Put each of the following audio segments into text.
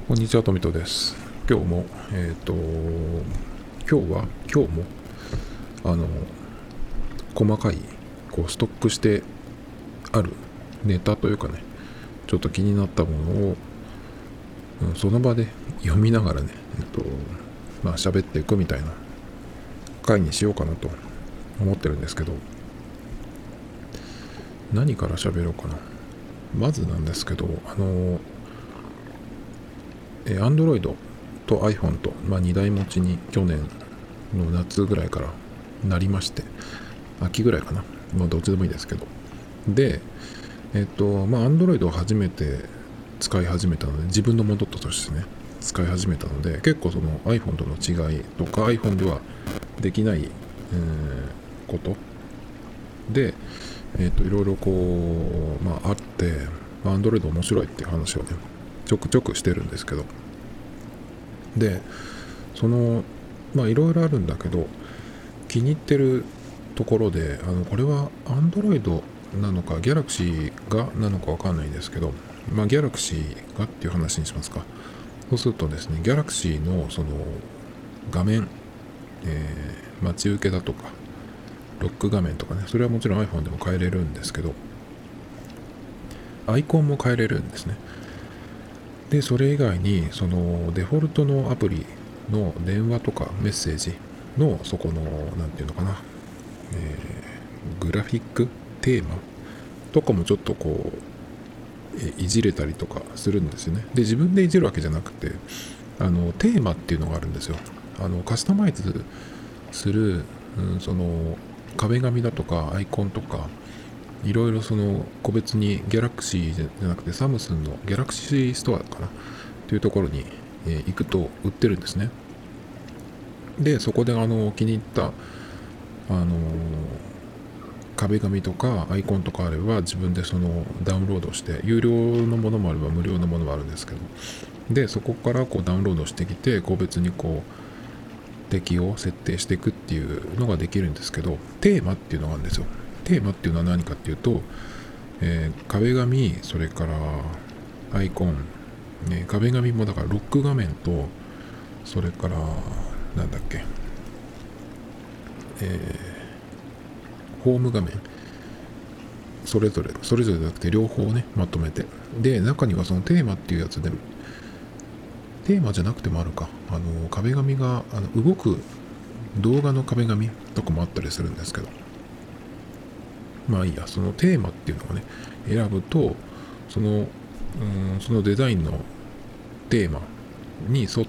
こんにちは、とみとです。今日も、今日も、あの、細かい、ストックしてあるネタというかね、ちょっと気になったものを、その場で読みながらね、喋っていくみたいな回にしようかなと思ってるんですけど、何から喋ろうかな。まずなんですけど、Android と iPhone と、2台持ちに去年の夏ぐらいからなりまして、秋ぐらいかな。どっちでもいいですけど。で、Android を初めて使い始めたので、自分のものとしてね、使い始めたので、結構その iPhone との違いとか、iPhone ではできない、ことで、いろいろあって、Android 面白いっていう話をね、ちょくちょくしてるんですけど、で、いろいろあるんだけど、気に入ってるところで、これは Android なのか Galaxy がなのかわかんないんですけど、Galaxy がっていう話にしますか。そうするとですね、Galaxy のその画面、待ち受けだとか、ロック画面とかね、それはもちろん iPhone でも変えれるんですけど、アイコンも変えれるんですね。で、それ以外に、そのデフォルトのアプリの電話とかメッセージの、そこの、なんていうのかな、グラフィックテーマとかもちょっといじれたりとかするんですよね。で、自分でいじるわけじゃなくて、テーマっていうのがあるんですよ。カスタマイズする、その、壁紙だとかアイコンとか、いろいろその個別にギャラクシーじゃなくてサムスンのギャラクシーストアかなというところに、行くと売ってるんですね。で、そこで気に入ったあの壁紙とかアイコンとかあれば自分でそのダウンロードして有料のものもあれば無料のものもあるんですけど、でそこからダウンロードしてきて個別に敵を設定していくっていうのができるんですけど、テーマっていうのがあるんですよ。テーマっていうのは何かっていうと、壁紙、それからアイコン、壁紙もだからロック画面と、それからなんだっけ、ホーム画面、それぞれじゃなくて両方ねまとめて、で中にはそのテーマっていうやつで、テーマじゃなくてもあるか、壁紙が動く動画の壁紙とかもあったりするんですけど、いいや、そのテーマっていうのをね選ぶと、そのデザインのテーマに沿って、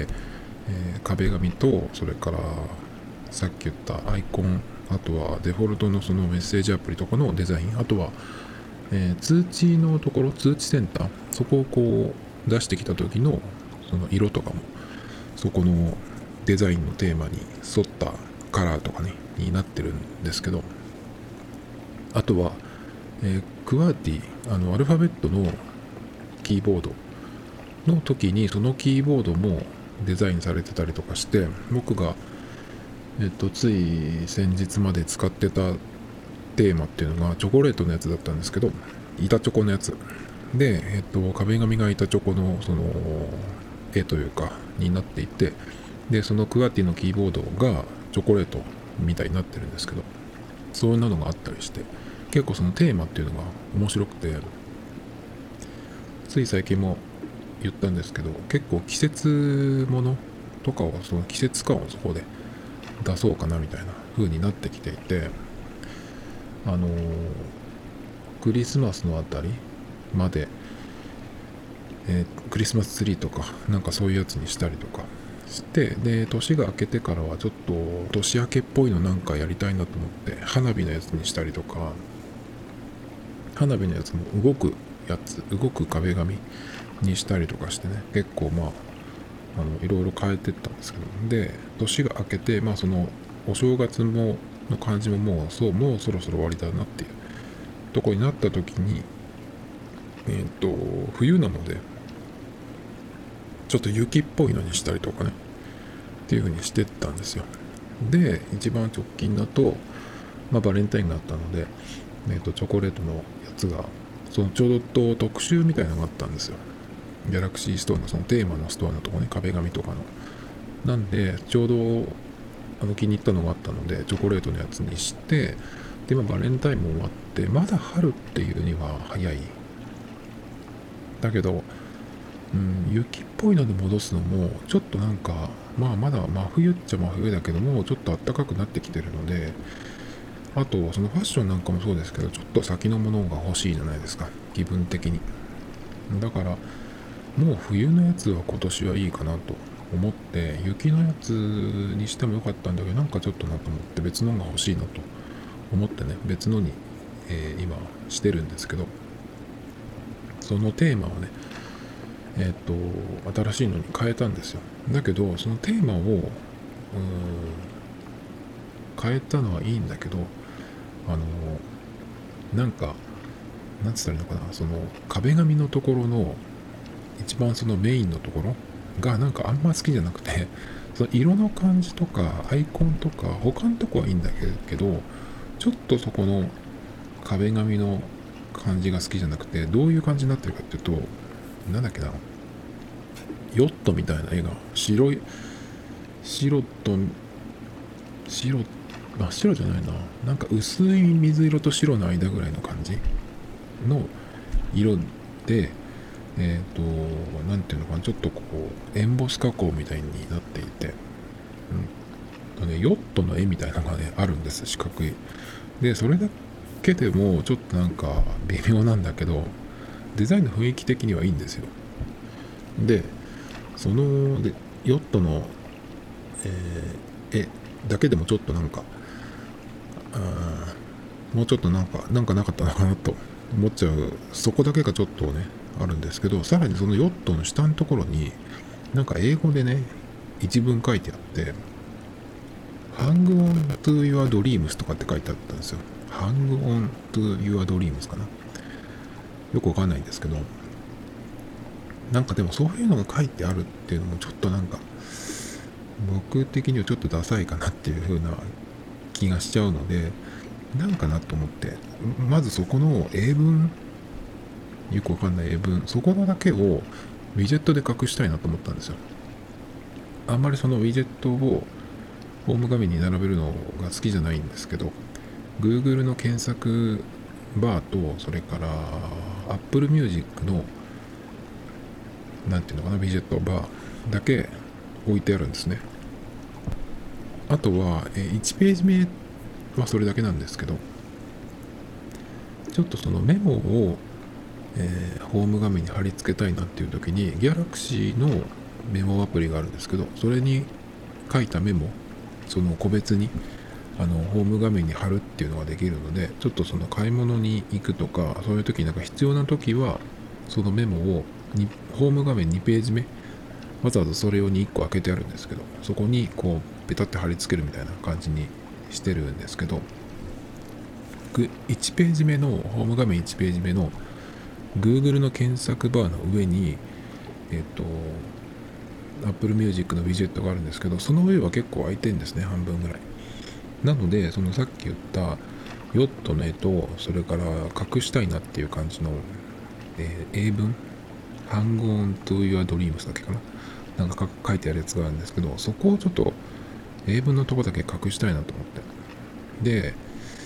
壁紙と、それからさっき言ったアイコン、あとはデフォルトのそのメッセージアプリとかのデザイン、あとは、通知のところ、通知センター、そこを出してきた時のその色とかも、そこのデザインのテーマに沿ったカラーとかねになってるんですけど、あとは、クワーティ、アルファベットのキーボードの時にそのキーボードもデザインされてたりとかして、僕がつい先日まで使ってたテーマっていうのがチョコレートのやつだったんですけど、板チョコのやつで、壁紙が板チョコのその絵というかになっていて、でそのクワティのキーボードがチョコレートみたいになってるんですけど、そういうのがあったりして、結構そのテーマっていうのが面白くて、つい最近も言ったんですけど、結構季節ものとかを、その季節感をそこで出そうかなみたいな風になってきていて、クリスマスのあたりまで、クリスマスツリーとかなんかそういうやつにしたりとかして、で年が明けてからはちょっと年明けっぽいのなんかやりたいなと思って花火のやつにしたりとか、花火のやつも動く壁紙にしたりとかしてね、結構いろいろ変えてったんですけど、で年が明けて、そのお正月もの感じももうそろそろ終わりだなっていうとこになった時に、冬なのでちょっと雪っぽいのにしたりとかねっていう風にしてったんですよ。で一番直近だと、バレンタインがあったので、チョコレートのやつがそのちょうど特集みたいなのがあったんですよ。 ギャラクシーストアのそのテーマのストアのとこね、壁紙とかの。なんで、ちょうど気に入ったのがあったので、チョコレートのやつにして、で、バレンタインも終わって、まだ春っていうには早い。だけど、雪っぽいので戻すのも、ちょっとなんか、まだ真冬っちゃ真冬だけども、ちょっと暖かくなってきてるので、あと、そのファッションなんかもそうですけど、ちょっと先のものが欲しいじゃないですか、気分的に。だから、もう冬のやつは今年はいいかなと思って、雪のやつにしてもよかったんだけど、なんかちょっとなと思って別のが欲しいなと思ってね、別のに、今してるんですけど、そのテーマをね、新しいのに変えたんですよ。だけど、そのテーマを変えたのはいいんだけど、なんか、なんつったらいいのかな、その壁紙のところの一番そのメインのところがなんかあんま好きじゃなくて、その色の感じとかアイコンとか他のとこはいいんだけど、ちょっとそこの壁紙の感じが好きじゃなくて、どういう感じになってるかっていうと、なんだっけな、ヨットみたいな絵が白と白真っ白じゃないな、なんか薄い水色と白の間ぐらいの感じの色で、なんていうのかな、ちょっとこうエンボス加工みたいになっていて、ヨットの絵みたいなのがねあるんです、四角い。でそれだけでもちょっとなんか微妙なんだけど、デザインの雰囲気的にはいいんですよ。ででヨットの、絵だけでもちょっとなんかもうちょっとなんかなかったのかなと思っちゃう、そこだけがちょっとねあるんですけど、さらにそのヨットの下のところになんか英語でね一文書いてあって、Hang on to your dreams とかって書いてあったんですよ。Hang on to your dreams かな、よくわかんないんですけど、なんかでもそういうのが書いてあるっていうのもちょっとなんか僕的にはちょっとダサいかなっていう風な気がしちゃうので、なんかなと思って、まずそこの英文、よくわかんない英文、そこのだけをウィジェットで隠したいなと思ったんですよ。あんまりそのウィジェットをホーム画面に並べるのが好きじゃないんですけど、Google の検索バーと、それから Apple Music のなんていうのかな、ウィジェットバーだけ置いてあるんですね。あとは1ページ目はそれだけなんですけど、ちょっとそのメモを、ホーム画面に貼り付けたいなっていう時に、Galaxy のメモアプリがあるんですけど、それに書いたメモ、その個別にホーム画面に貼るっていうのができるので、ちょっとその買い物に行くとか、そういう時になんか必要な時はそのメモをホーム画面2ページ目、わざわざそれ用に1個開けてあるんですけど、そこにこうペタって貼り付けるみたいな感じにしてるんですけど、1ページ目のホーム画面1ページ目の Google の検索バーの上にApple Music のウィジェットがあるんですけど、その上は結構空いてるんですね、半分ぐらい。なので、そのさっき言ったヨットの絵と、それから隠したいなっていう感じの、英文、Hang on to your dreams だけかな、なんか書いてあるやつがあるんですけど、そこをちょっと英文のとこだけ隠したいなと思って。で、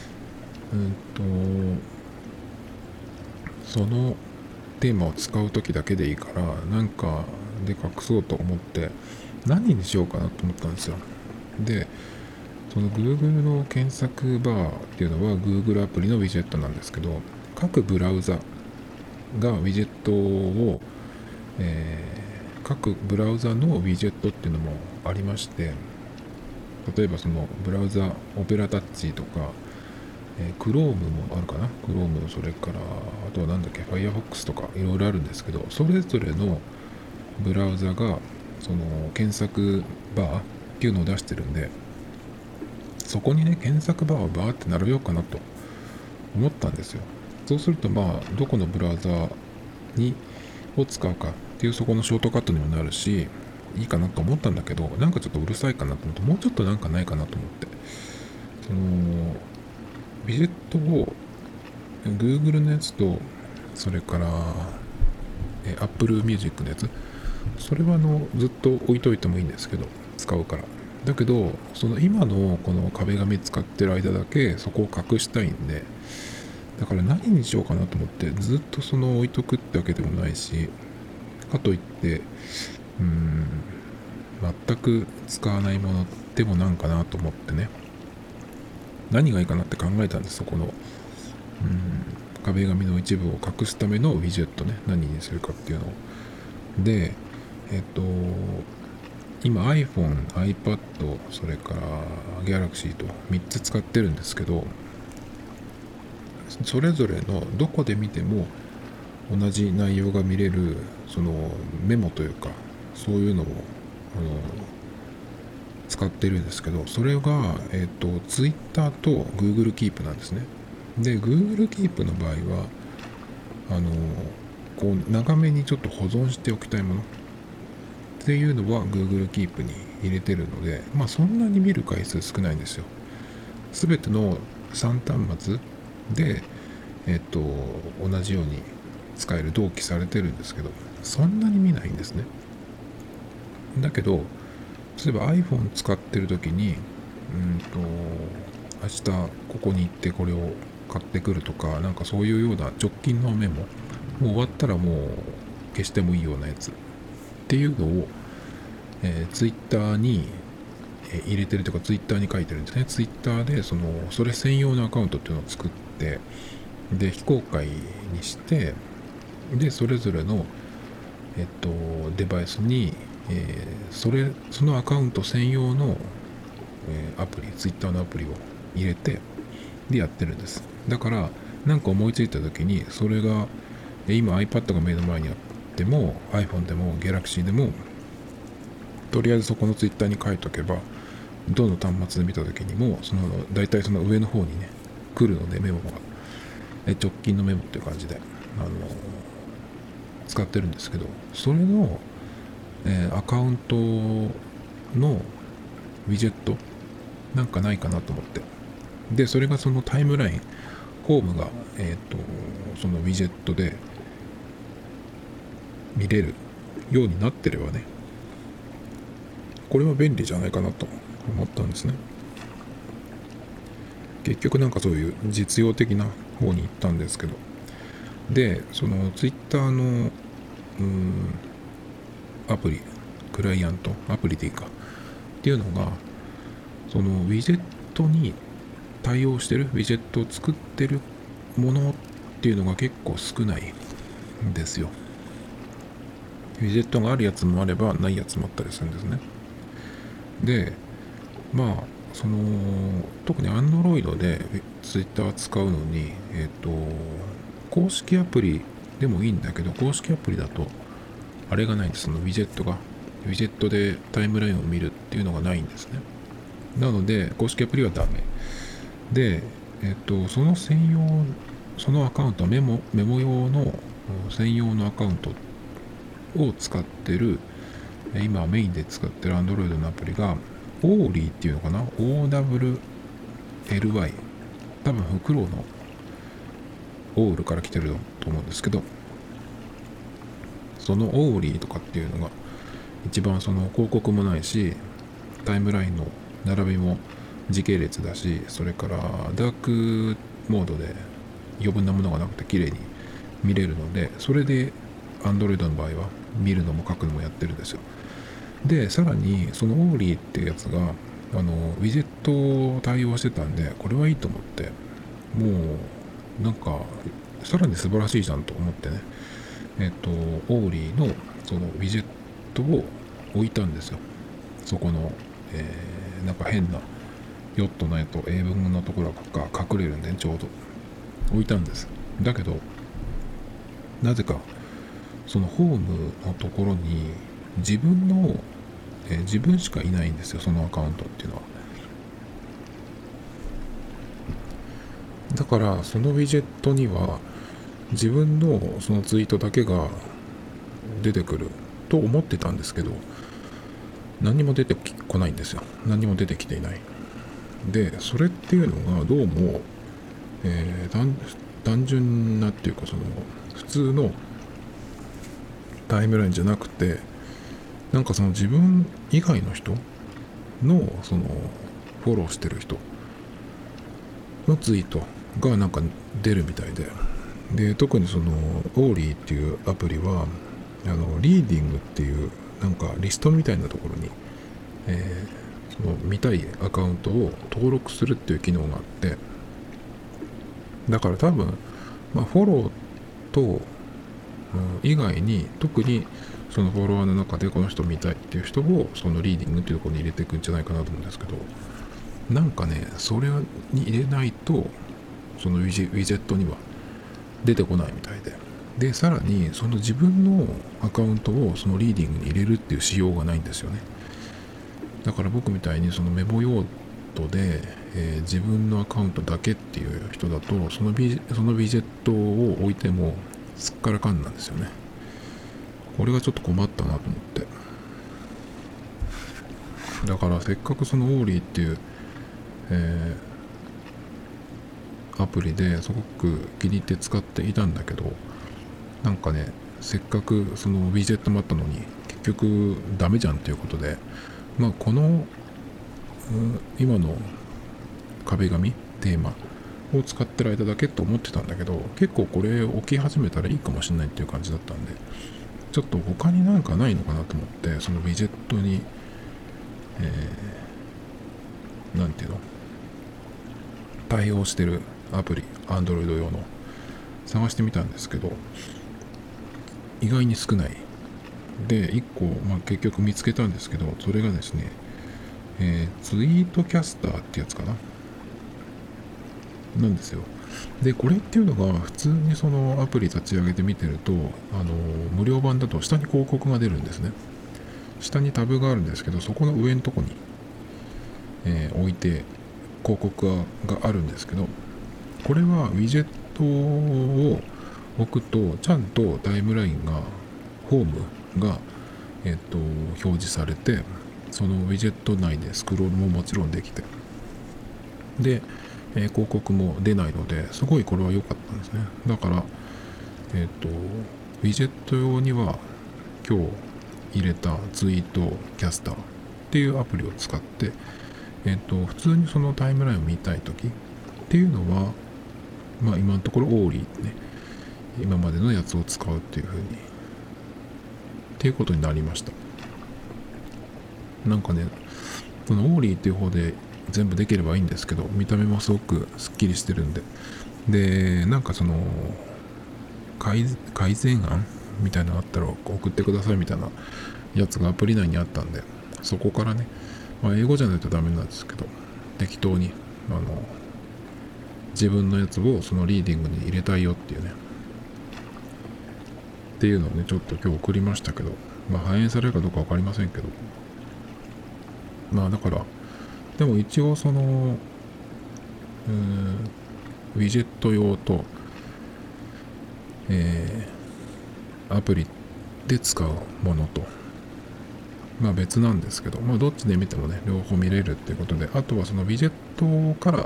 そのテーマを使う時だけでいいから、なんかで隠そうと思って、何にしようかなと思ったんですよ。で、その Google の検索バーっていうのは Google アプリのウィジェットなんですけど、各ブラウザがウィジェットを、各ブラウザのウィジェットっていうのもありまして、例えばそのブラウザオペラタッチとか、Chrome もあるかな、 Chrome、 それからあとはなんだっけ Firefox とかいろいろあるんですけど、それぞれのブラウザがその検索バーっていうのを出してるんで、そこにね検索バーをバーって並べようかなと思ったんですよ。そうするとどこのブラウザを使うかっていうそこのショートカットにもなるし、いいかなと思ったんだけど、なんかちょっとうるさいかなと思って、もうちょっとなんかないかなと思って、そのビジェットを Google のやつと、それから Apple Music のやつ、それはずっと置いといてもいいんですけど、使うから。だけどその今のこの壁紙使ってる間だけそこを隠したいんで、だから何にしようかなと思って、ずっと置いとくってわけでもないし、かといって全く使わないものでもなんかなと思ってね、何がいいかなって考えたんです。そこの壁紙の一部を隠すためのウィジェットね、何にするかっていうのを。で今 iPhone、iPad、それから Galaxy と3つ使ってるんですけど、それぞれのどこで見ても同じ内容が見れるそのメモというか、そういうのを使ってるんですけど、それが、Twitter と Google Keep なんですね。で Google Keep の場合はこう長めにちょっと保存しておきたいものっていうのは Google Keep に入れてるので、そんなに見る回数少ないんですよ。すべての3端末で、同じように使える、同期されてるんですけど、そんなに見ないんですね。だけど例えば iPhone 使ってる時に明日ここに行ってこれを買ってくるとか、なんかそういうような直近のメモ、もう終わったらもう消してもいいようなやつっていうのを、Twitter に入れてるというか、Twitter に書いてるんですね。Twitter でそれ専用のアカウントっていうのを作って、で非公開にして、でそれぞれのデバイスに、そのアカウント専用の、アプリ、Twitter のアプリを入れてでやってるんです。だから何か思いついた時に、それが今 iPad が目の前にあっても iPhone でも Galaxy でもとりあえずそこの Twitter に書いとけば、どの端末で見た時にも大体その上の方にね来るので、メモが直近のメモっていう感じで使ってるんですけど、それの、アカウントのウィジェットなんかないかなと思って、でそれがそのタイムライン、ホームが、そのウィジェットで見れるようになってればね、これは便利じゃないかなと思ったんですね。結局なんかそういう実用的な方に行ったんですけど、でその Twitter のアプリ、クライアントアプリでいいかっていうのが、そのウィジェットに対応してる、ウィジェットを作ってるものっていうのが結構少ないんですよ。ウィジェットがあるやつもあればないやつもあったりするんですね。で特に Android で Twitter 使うのに、公式アプリでもいいんだけど、公式アプリだとあれがないんです。そのウィジェットが、ウィジェットでタイムラインを見るっていうのがないんですね。なので公式アプリはダメで、その専用、そのアカウント、メモ用の専用のアカウントを使ってる、今メインで使ってる Android のアプリがオーリーっていうのかな、 OWLY、 多分フクロウのオールから来てると思うんですけど、そのオーリーとかっていうのが一番その広告もないし、タイムラインの並びも時系列だし、それからダークモードで余分なものがなくて綺麗に見れるので、それで Android の場合は見るのも書くのもやってるんですよ。でさらにそのオーリーっていうやつがウィジェットを対応してたんで、これはいいと思って、もうなんかさらに素晴らしいじゃんと思ってね、オーリーのそのウィジェットを置いたんですよ。そこの、なんか変なヨットの絵と英文のところが隠れるんで、ちょうど置いたんです。だけどなぜかそのホームのところに自分しかいないんですよ、そのアカウントっていうのは。だからそのウィジェットには自分のそのツイートだけが出てくると思ってたんですけど、何も出てこないんですよ。何も出てきていない。でそれっていうのがどうも、単純なっていうか、その普通のタイムラインじゃなくて、なんかその自分以外の人のそのフォローしてる人のツイートがなんか出るみたいで、特にそのオーリーっていうアプリはリーディングっていうなんかリストみたいなところに、その見たいアカウントを登録するっていう機能があって、だから多分、フォローと、以外に特にそのフォロワーの中でこの人見たいっていう人をそのリーディングっていうところに入れていくんじゃないかなと思うんですけど、なんかねそれに入れないとそのウィジェットには出てこないみたいで、さらにその自分のアカウントをそのリーディングに入れるっていう仕様がないんですよね。だから僕みたいにそのメモ用途で、自分のアカウントだけっていう人だとそのウィジェットを置いてもすっからかんなんですよね。これがちょっと困ったなと思って、だからせっかくそのオーリーっていう、アプリですごく気に入って使っていたんだけど、なんかねせっかくそのウィジェットもあったのに結局ダメじゃんということで、この、今の壁紙テーマを使ってる間だけと思ってたんだけど、結構これ置き始めたらいいかもしれないっていう感じだったんで、ちょっと他になんかないのかなと思って、そのウィジェットに、なんていうの対応してるアプリ Android 用の探してみたんですけど、意外に少ないで1個、結局見つけたんですけど、それがですね、ツイートキャスターってやつかななんですよ。でこれっていうのが普通にそのアプリ立ち上げて見てると、無料版だと下に広告が出るんですね。下にタブがあるんですけど、そこの上のとこに、置いて広告があるんですけど、これはウィジェットを置くとちゃんとタイムラインがホームが、表示されて、そのウィジェット内でスクロールももちろんできて、で、広告も出ないのですごいこれは良かったんですね。だから、ウィジェット用には今日入れたツイートキャスターっていうアプリを使って、普通にそのタイムラインを見たいときっていうのは、今のところオーリーね、今までのやつを使うっていう風にっていうことになりました。なんかね、そのオーリーっていう方で全部できればいいんですけど、見た目もすごくすっきりしてるんで、なんかその改善案みたいなのあったら送ってくださいみたいなやつがアプリ内にあったんで、そこからね、英語じゃないとダメなんですけど、適当に自分のやつをそのリーディングに入れたいよっていうねっていうのをね、ちょっと今日送りましたけど、反映されるかどうか分かりませんけど、だからでも一応そのウィジェット用と、アプリで使うものと別なんですけど、どっちで見てもね両方見れるっていうことで、あとはそのウィジェットから、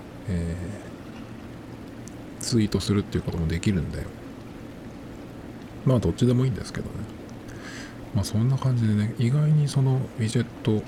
ツイートするっていうこともできるんで、どっちでもいいんですけどね。そんな感じでね、意外にそのウィジェット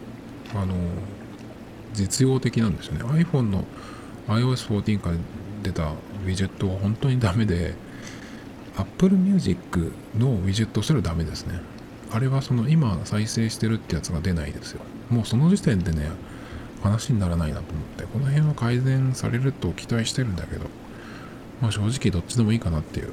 実用的なんですよね。iPhone の iOS14 から出たウィジェットは本当にダメで、Apple Music のウィジェットすらダメですね。あれはその今再生してるってやつが出ないですよ。もうその時点でね、話にならないなと思って、この辺は改善されると期待してるんだけど、正直どっちでもいいかなっていう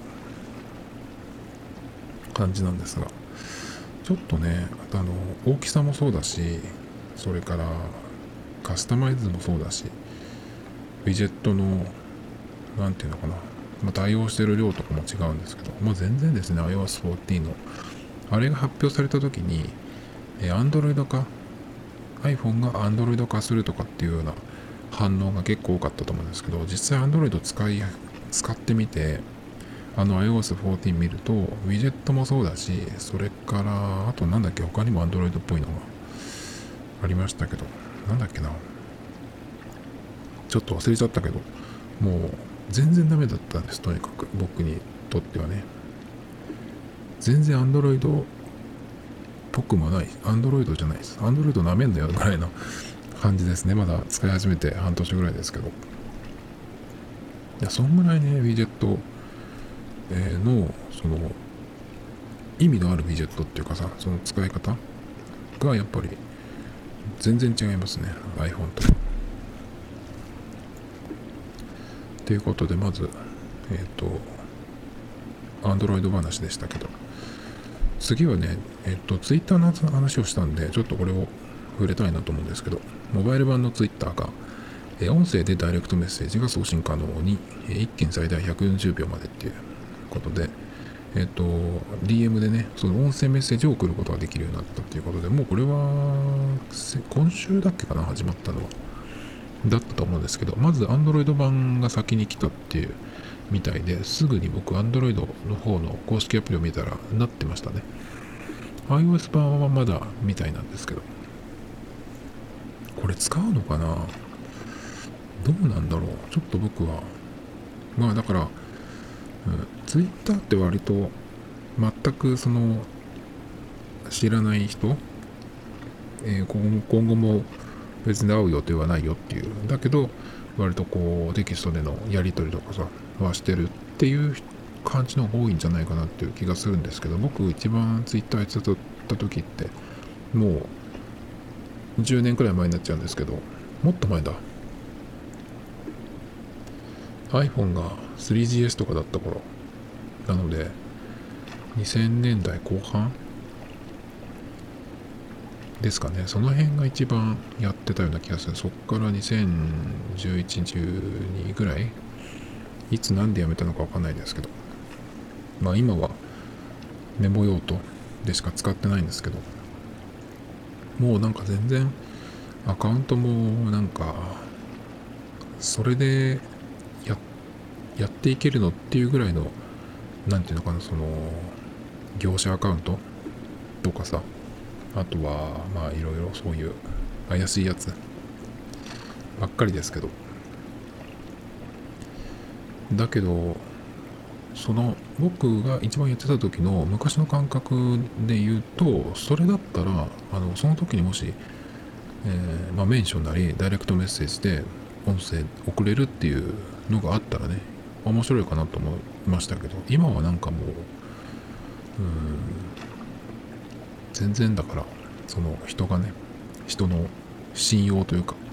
感じなんですが、ちょっとね、大きさもそうだし、それからカスタマイズもそうだし、ウィジェットのなんていうのかな、対応してる量とかも違うんですけど、全然ですね、 iOS14 のあれが発表された時に、Android 化 iPhone が Android 化するとかっていうような反応が結構多かったと思うんですけど、実際 Android 使ってみて、iOS14 見るとウィジェットもそうだし、それからあとなんだっけ、他にも Android っぽいのがありましたけど、なんだっけな、ちょっと忘れちゃったけど、もう全然ダメだったんです。とにかく僕にとってはね、 全然 Android っぽくもない。Android じゃないです。Android なめんなよぐらいの感じですね。まだ使い始めて半年ぐらいですけど。いや、そんぐらいね、ウィジェットの、その、意味のあるウィジェットっていうかさ、その使い方がやっぱり全然違いますね。iPhone と。ということで、まず、Android 話でしたけど、次はね、Twitter の話をしたんで、ちょっとこれを触れたいなと思うんですけど、モバイル版の Twitter が、音声でダイレクトメッセージが送信可能に、1件最大140秒までっていうことで、DM でね、その音声メッセージを送ることができるようになったっていうことで、もうこれは、今週だっけかな、始まったのは。だったと思うんですけど、まず Android 版が先に来たっていうみたいで、すぐに僕 Android の方の公式アプリを見たらなってましたね。iOS 版はまだみたいなんですけど、これ使うのかな、どうなんだろう。ちょっと僕は、まあだから、Twitter って割と全くその知らない人、今後も別に会う予定はないよっていう、だけど割とこうテキストでのやり取りとかさはしてるっていう感じの方が多いんじゃないかなっていう気がするんですけど、僕一番ツイッターやってた時ってもう10年くらい前になっちゃうんですけど、もっと前だ、 iPhone が 3GS とかだった頃なので、2000年代後半ですかね。その辺が一番やってたような気がする。そっから2011、12ぐらい、いつなんでやめたのかわかんないですけど、まあ今はメモ用途でしか使ってないんですけど、もうなんか全然アカウントもなんかそれでやっていけるのっていうぐらいの、なんていうのかな、その業者アカウントとかさ、あとはまあいろいろそういう怪しいやつばっかりですけど、だけどその僕が一番やってた時の昔の感覚で言うと、それだったらその時にもし、メンションなりダイレクトメッセージで音声送れるっていうのがあったらね、面白いかなと思いましたけど、今はなんかもう全然だから、その人の信用というか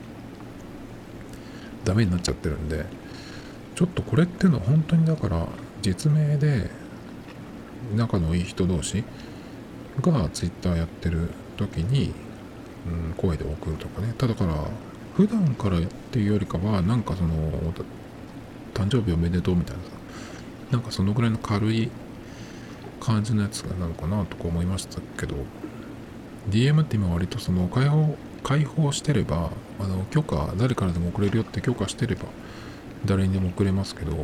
ダメになっちゃってるんで、ちょっとこれっていうのは本当にだから実名で仲のいい人同士がツイッターやってる時に、声で送るとかね。ただから普段からっていうよりかは、なんかその誕生日おめでとうみたいなさ、なんかそのぐらいの軽い感じのやつがなのかなとか思いましたけど、 DM って今割とその開放してれば、許可誰からでも送れるよって許可してれば誰にでも送れますけど、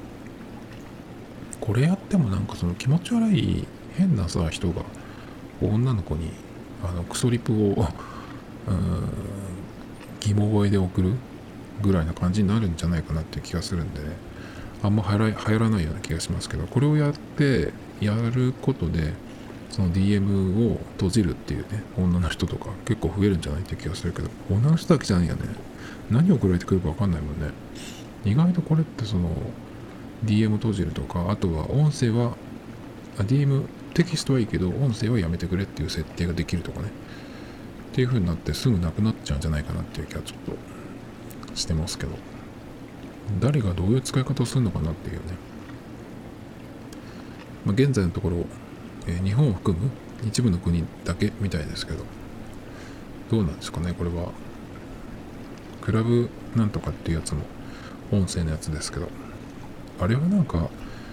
これやってもなんかその気持ち悪い変なさ人が女の子にクソリプを疑問声で送るぐらいな感じになるんじゃないかなっていう気がするんでね、あんま流行らないような気がしますけど、これをやることでその DM を閉じるっていうね、女の人とか結構増えるんじゃないっていう気がするけど、女の人だけじゃないよね、何送られてくるか分かんないもんね。意外とこれってその DM 閉じるとか、あとは音声はDM テキストはいいけど音声はやめてくれっていう設定ができるとかね、っていう風になってすぐなくなっちゃうんじゃないかなっていう気はちょっとしてますけど、誰がどういう使い方をするのかなっていうね。現在のところ、日本を含む一部の国だけみたいですけど、どうなんですかね。これはクラブなんとかっていうやつも音声のやつですけど、あれはなんか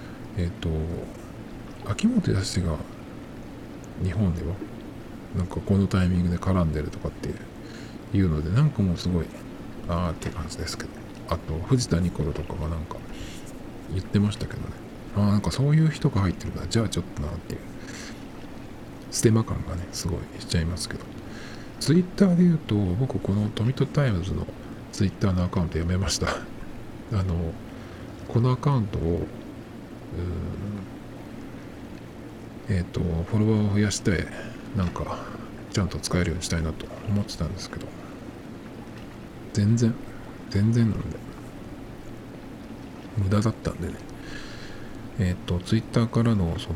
秋元康が日本ではなんかこのタイミングで絡んでるとかっていうので、なんかもうすごいあーって感じですけど、あと藤田ニコルとかがなんか言ってましたけどね、なんかそういう人が入ってるから、じゃあちょっとなっていうステマ感がねすごいしちゃいますけど、ツイッターで言うと僕このトミトタイムズのツイッターのアカウントやめましたこのアカウントをフォロワーを増やしてなんかちゃんと使えるようにしたいなと思ってたんですけど、全然なんで無駄だったんでね。ツイッターからのその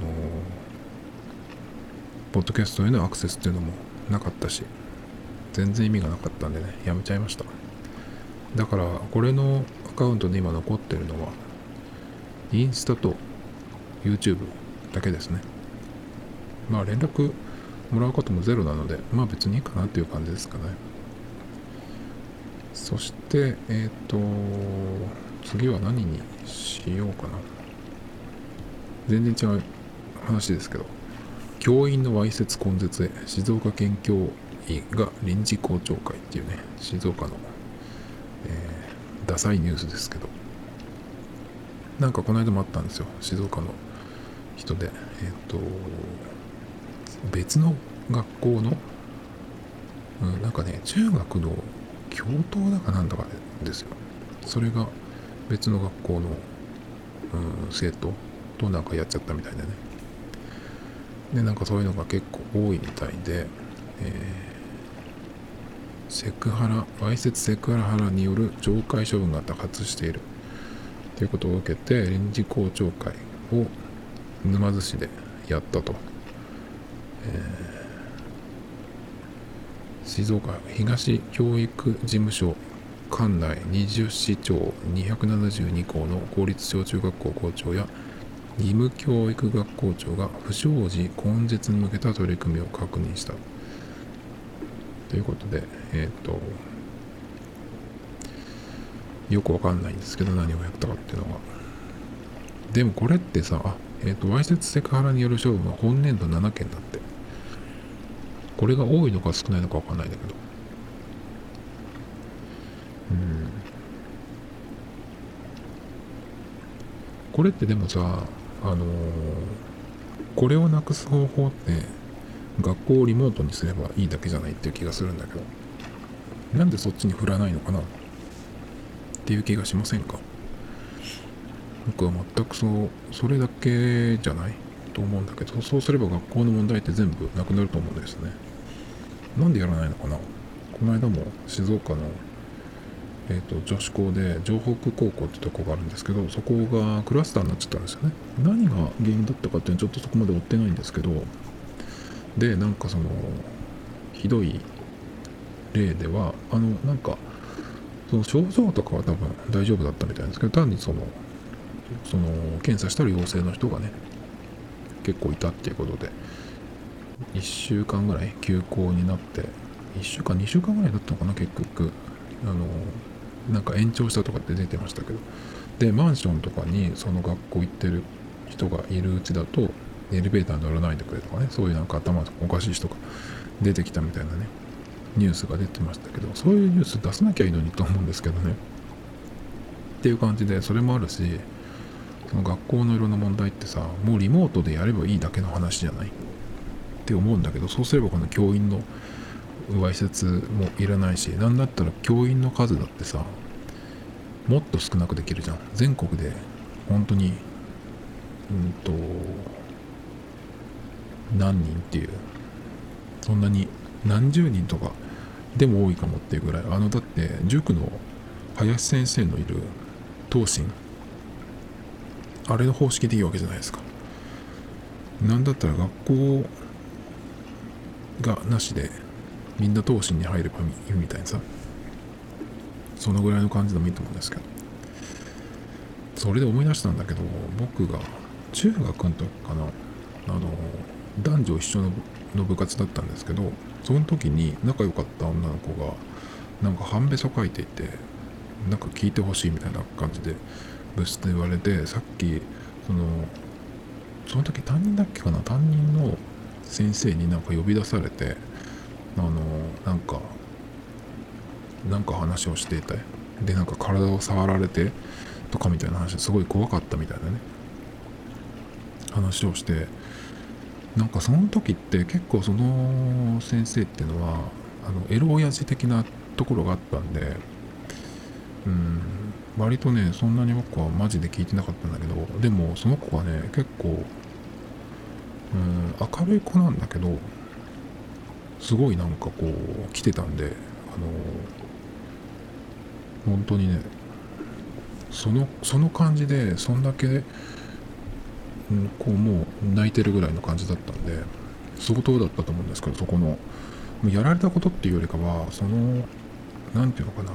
ポッドキャストへのアクセスっていうのもなかったし、全然意味がなかったんでね、やめちゃいました。だからこれのアカウントで今残ってるのはインスタと YouTube だけですね。まあ連絡もらうこともゼロなので、まあ別にいいかなっていう感じですかね。そして次は何にしようかな。全然違う話ですけど、教員のわいせつ根絶へ静岡県教委が臨時校長会っていうね、静岡の、ダサいニュースですけど、なんかこの間もあったんですよ、静岡の人で、別の学校の、なんかね、中学の教頭だかなんだかですよ。それが別の学校の、生徒となんかやっちゃったみたいでね。で、なんかそういうのが結構多いみたいで、わいせつセクハラによる懲戒処分が多発しているということを受けて、臨時校長会を沼津市でやったと。静岡東教育事務所管内20市町272校の公立小中学校校長や義務教育学校長が不祥事根絶に向けた取り組みを確認したということで、よくわかんないんですけど、何をやったかっていうのが。でもこれってさ、わいせつセクハラによる処分は本年度7件だって。これが多いのか少ないのかわかんないんだけど。これってでもさ、これをなくす方法って、学校をリモートにすればいいだけじゃないっていう気がするんだけど、なんでそっちに振らないのかなっていう気がしませんか？僕は全くそれだけじゃないと思うんだけど、そうすれば学校の問題って全部なくなると思うんですね。なんでやらないのかな。この間も静岡の、女子校で城北高校ってとこがあるんですけど、そこがクラスターになっちゃったんですよね。何が原因だったかっていうのはちょっとそこまで追ってないんですけど、でなんかそのひどい例ではなんかその症状とかは多分大丈夫だったみたいなんですけど、単にその検査したら陽性の人がね結構いたっていうことで、1週間ぐらい休校になって、1週間2週間ぐらいだったのかな、結局なんか延長したとかって出てましたけど、でマンションとかにその学校行ってる人がいるうちだとエレベーターに乗らないでくれとかね、そういうなんか頭おかしい人が出てきたみたいなねニュースが出てましたけど、そういうニュース出さなきゃいいのにと思うんですけどね。っていう感じで、それもあるし、その学校の色の問題ってさ、もうリモートでやればいいだけの話じゃないって思うんだけど、そうすればこの教員のわいせつもいらないし、なんだったら教員の数だってさ、もっと少なくできるじゃん。全国で本当に何人っていう、そんなに何十人とかでも多いかもっていうぐらい、だって塾の林先生のいる東進、あれの方式でいいわけじゃないですか。なんだったら学校がなしでみんな東進に入ればいいみたいなさ、そのぐらいの感じでもいいと思うんですけど、それで思い出したんだけど、僕が中学の時かな、男女一緒の部活だったんですけど、その時に仲良かった女の子がなんか半べそ書いていて、なんか聞いてほしいみたいな感じで部室で言われて、さっきその時担任だっけかな、担任の先生になんか呼び出されて、なんか話をしていて、でなんか体を触られてとかみたいな話、すごい怖かったみたいなね話をして、なんかその時って結構その先生っていうのはエロ親父的なところがあったんで、割とねそんなに僕はマジで聞いてなかったんだけど、でもその子がね結構明るい子なんだけど、すごいなんかこう来てたんで、本当にね、その感じでそんだけ、こうもう泣いてるぐらいの感じだったんで、相当だったと思うんですけど、そこのやられたことっていうよりかは、なんていうのかな、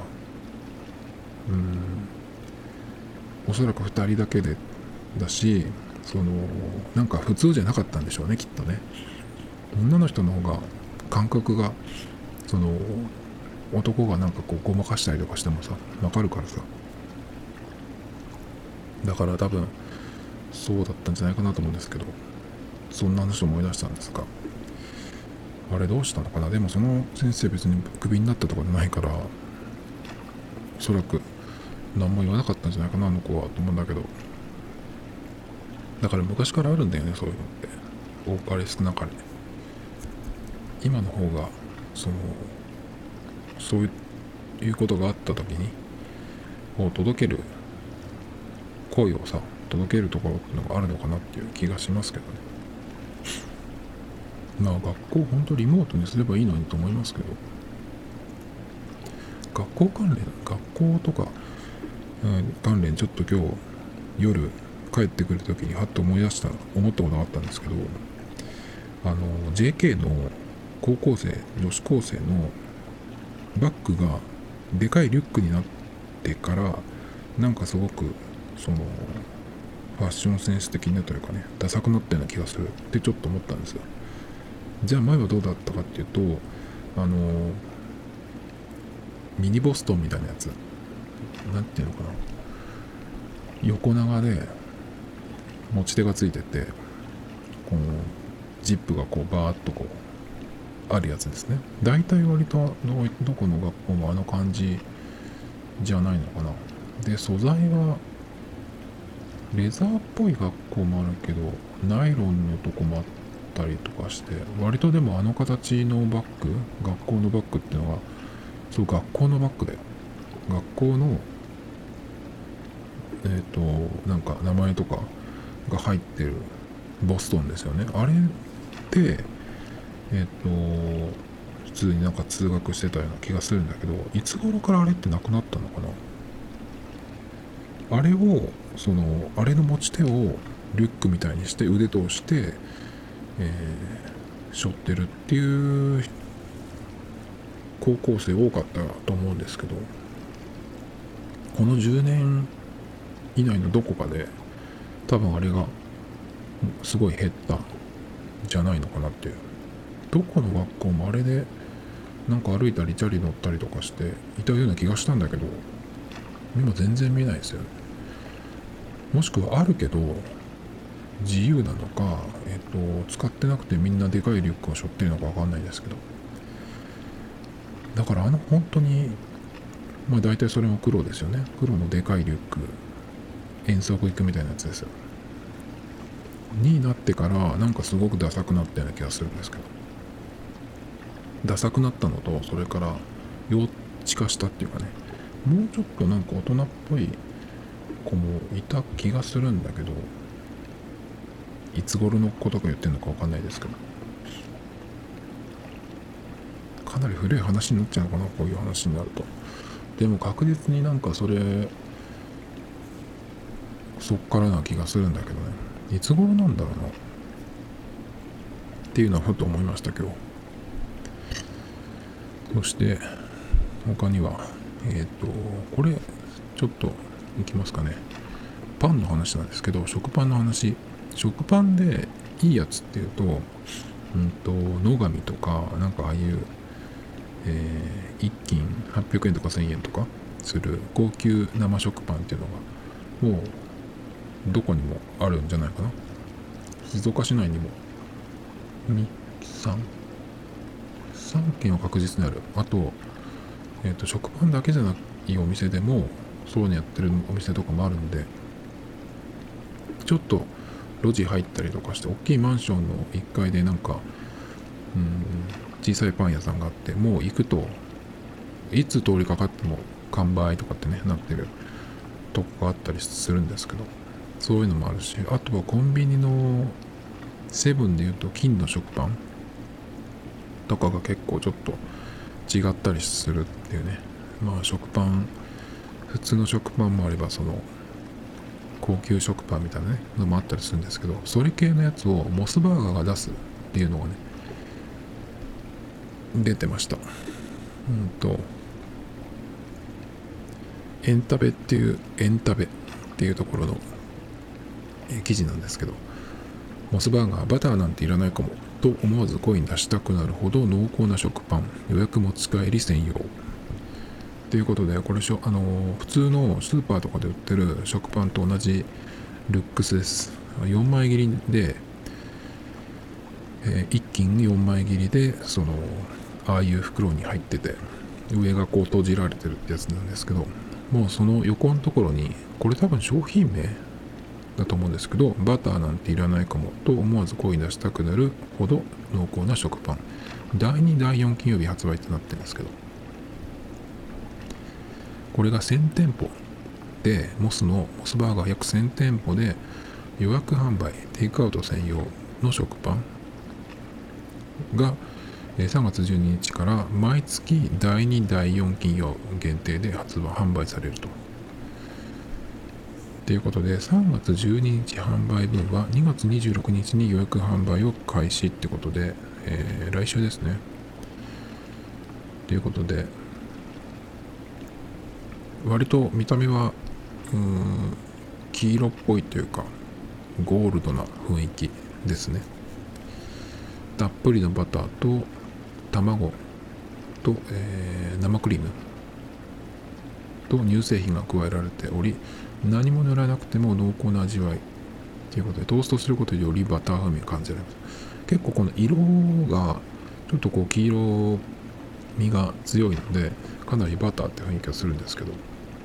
おそらく2人だけでだし、なんか普通じゃなかったんでしょうね、きっとね。女の人の方が感覚が、その男がなんかこうごまかしたりとかしてもさ、わかるからさ。だから多分そうだったんじゃないかなと思うんですけど、そんな話を思い出したんですが、あれどうしたのかな。でもその先生別にクビになったとかじゃないから、おそらく何も言わなかったんじゃないかな、あの子はと思うんだけど。だから昔からあるんだよね、そういうのって。多かれ少なかれ。今の方が、その、そういうことがあった時に、こう届ける、声をさ、届けるところっていうのがあるのかなっていう気がしますけどね。まあ学校本当リモートにすればいいのにと思いますけど、学校とか、関連ちょっと今日夜帰ってくる時にはっと思ったことがあったんですけど、JK の高校生、女子高生のバッグがでかいリュックになってから、なんかすごくファッションセンス的にというかね、ダサくなったような気がするってちょっと思ったんですよ。じゃあ前はどうだったかっていうと、ミニボストンみたいなやつ、なんていうのかな、横長で持ち手がついてて、このジップがこうバーッとこうあるやつですね。大体割とどこの学校もあの感じじゃないのかな。で、素材はレザーっぽい学校もあるけど、ナイロンのとこもあったりとかして、割とでもあの形のバッグ、学校のバッグっていうのが、そう、学校のバッグだよ。学校のなんか名前とかが入ってるボストンですよね。あれって普通になんか通学してたような気がするんだけど、いつ頃からあれってなくなったのかな。あれをあれの持ち手をリュックみたいにして腕通して、背負ってるっていう高校生多かったと思うんですけど、この10年以内のどこかで多分あれがすごい減ったんじゃないのかなっていう。どこの学校もあれでなんか歩いたりチャリ乗ったりとかしていたような気がしたんだけど、今全然見ないですよね。もしくはあるけど自由なのか、使ってなくてみんなでかいリュックを背負ってるのかわかんないですけど、だから本当にまあ大体それも黒ですよね。黒のでかいリュック、遠足行くみたいなやつですよ。になってからなんかすごくダサくなったような気がするんですけど、ダサくなったのと、それから幼稚化したっていうかね、もうちょっとなんか大人っぽい子もいた気がするんだけど、いつ頃のことか言ってるのかわかんないですけど、かなり古い話になっちゃうのかな、こういう話になると。でも確実になんかそっからな気がするんだけどね、いつ頃なんだろうなっていうのはふと思いました今日。そして他にはこれちょっといきますかね。パンの話なんですけど、食パンの話。食パンでいいやつっていうと、野上とかなんかああいう、一斤800円とか1000円とかする高級生食パンっていうのがもうどこにもあるんじゃないかな。静岡市内にも3軒は確実にある。あと、食パンだけじゃないお店でもそうにやってるお店とかもあるんで、ちょっと路地入ったりとかして、大きいマンションの1階でなんか小さいパン屋さんがあって、もう行くといつ通りかかっても完売とかってねなってるとこがあったりするんですけど、そういうのもあるし、あとはコンビニのセブンでいうと金の食パンとかが結構ちょっと違ったりするっていうね。まあ食パン、普通の食パンもあればその高級食パンみたいなねのもあったりするんですけど、それ系のやつをモスバーガーが出すっていうのがね出てました。エンタベっていうところの記事なんですけど、モスバーガーバターなんていらないかもと思わず声に出したくなるほど濃厚な食パン、予約持ち帰り専用ということで、これ普通のスーパーとかで売ってる食パンと同じルックスです。4枚切りで、1斤4枚切りでああいう袋に入ってて、上がこう閉じられてるってやつなんですけど、もうその横のところに、これ多分商品名だと思うんですけど、バターなんていらないかもと思わず声に出したくなるほど濃厚な食パン、第2第4金曜日発売となってるんですけど、これが1000店舗で、モスバーガー約1000店舗で予約販売、テイクアウト専用の食パンが3月12日から毎月第2第4金曜限定で販売されるということで、3月12日販売分は2月26日に予約販売を開始ってことで、来週ですね。ということで、割と見た目は黄色っぽいというかゴールドな雰囲気ですね。たっぷりのバターと卵と、生クリームと乳製品が加えられており、何も塗らなくても濃厚な味わいということで、トーストすることでよりバター風味が感じられます。結構この色がちょっとこう黄色みが強いので、かなりバターって雰囲気がするんですけど、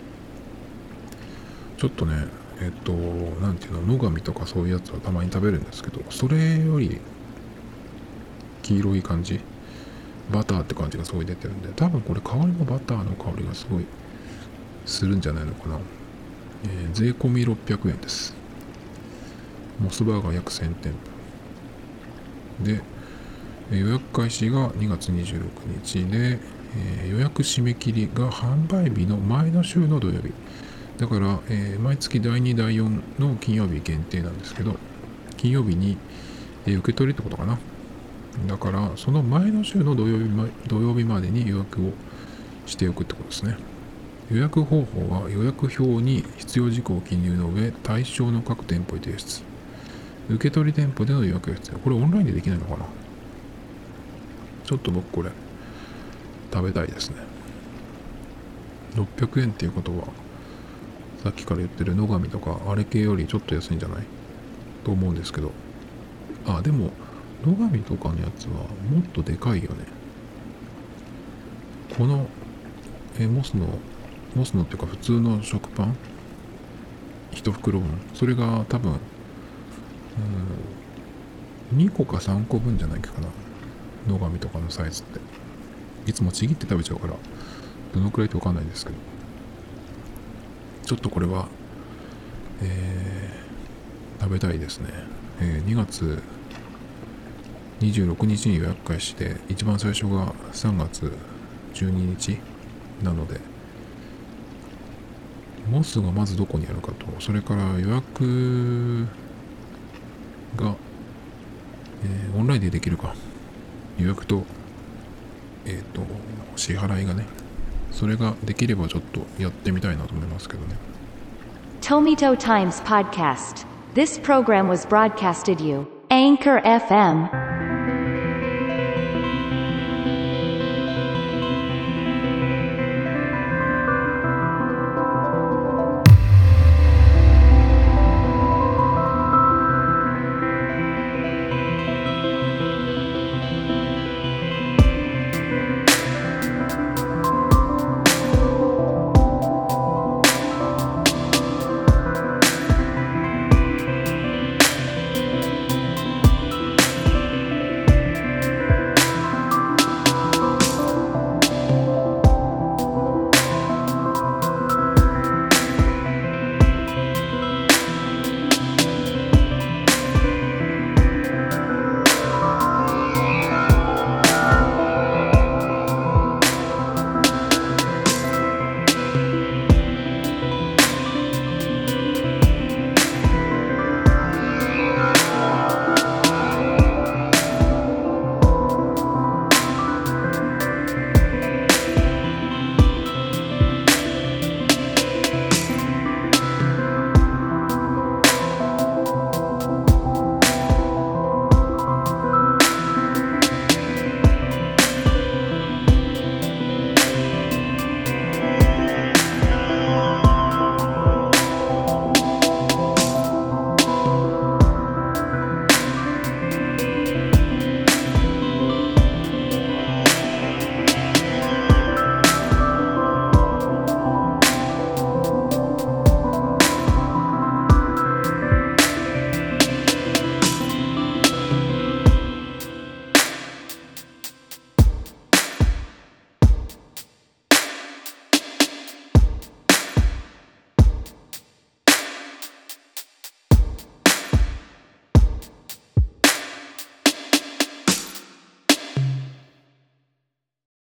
ちょっとねなんていうの、野上とかそういうやつはたまに食べるんですけど、それより黄色い感じ、バターって感じがすごい出てるんで、多分これ香りもバターの香りがすごいするんじゃないのかな。税込み600円です。モスバーガー約1000店舗で、予約開始が2月26日で、予約締め切りが販売日の前の週の土曜日だから、毎月第2第4の金曜日限定なんですけど、金曜日に、受け取りってことかな。だからその前の週の土曜日までに予約をしておくってことですね。予約方法は予約表に必要事項を記入の上、対象の各店舗に提出。受け取り店舗での予約が必要。これオンラインでできないのかな。ちょっと僕これ食べたいですね。600円っていうことはさっきから言ってる野上とかあれ系よりちょっと安いんじゃないと思うんですけど、でも野上とかのやつはもっとでかいよね。このモスのっていうか普通の食パン1袋分、それが多分2個か3個分じゃないかな。野上とかのサイズっていつもちぎって食べちゃうからどのくらいって分かんないですけど、ちょっとこれは、食べたいですね。2月26日に予約開始で、一番最初が3月12日なので、モスがまずどこにあるかと、それから予約が、オンラインでできるか、予約と、支払いがね、それができればちょっとやってみたいなと思いますけどね。 Tomito Times Podcast. This program was broadcasted you Anchor FM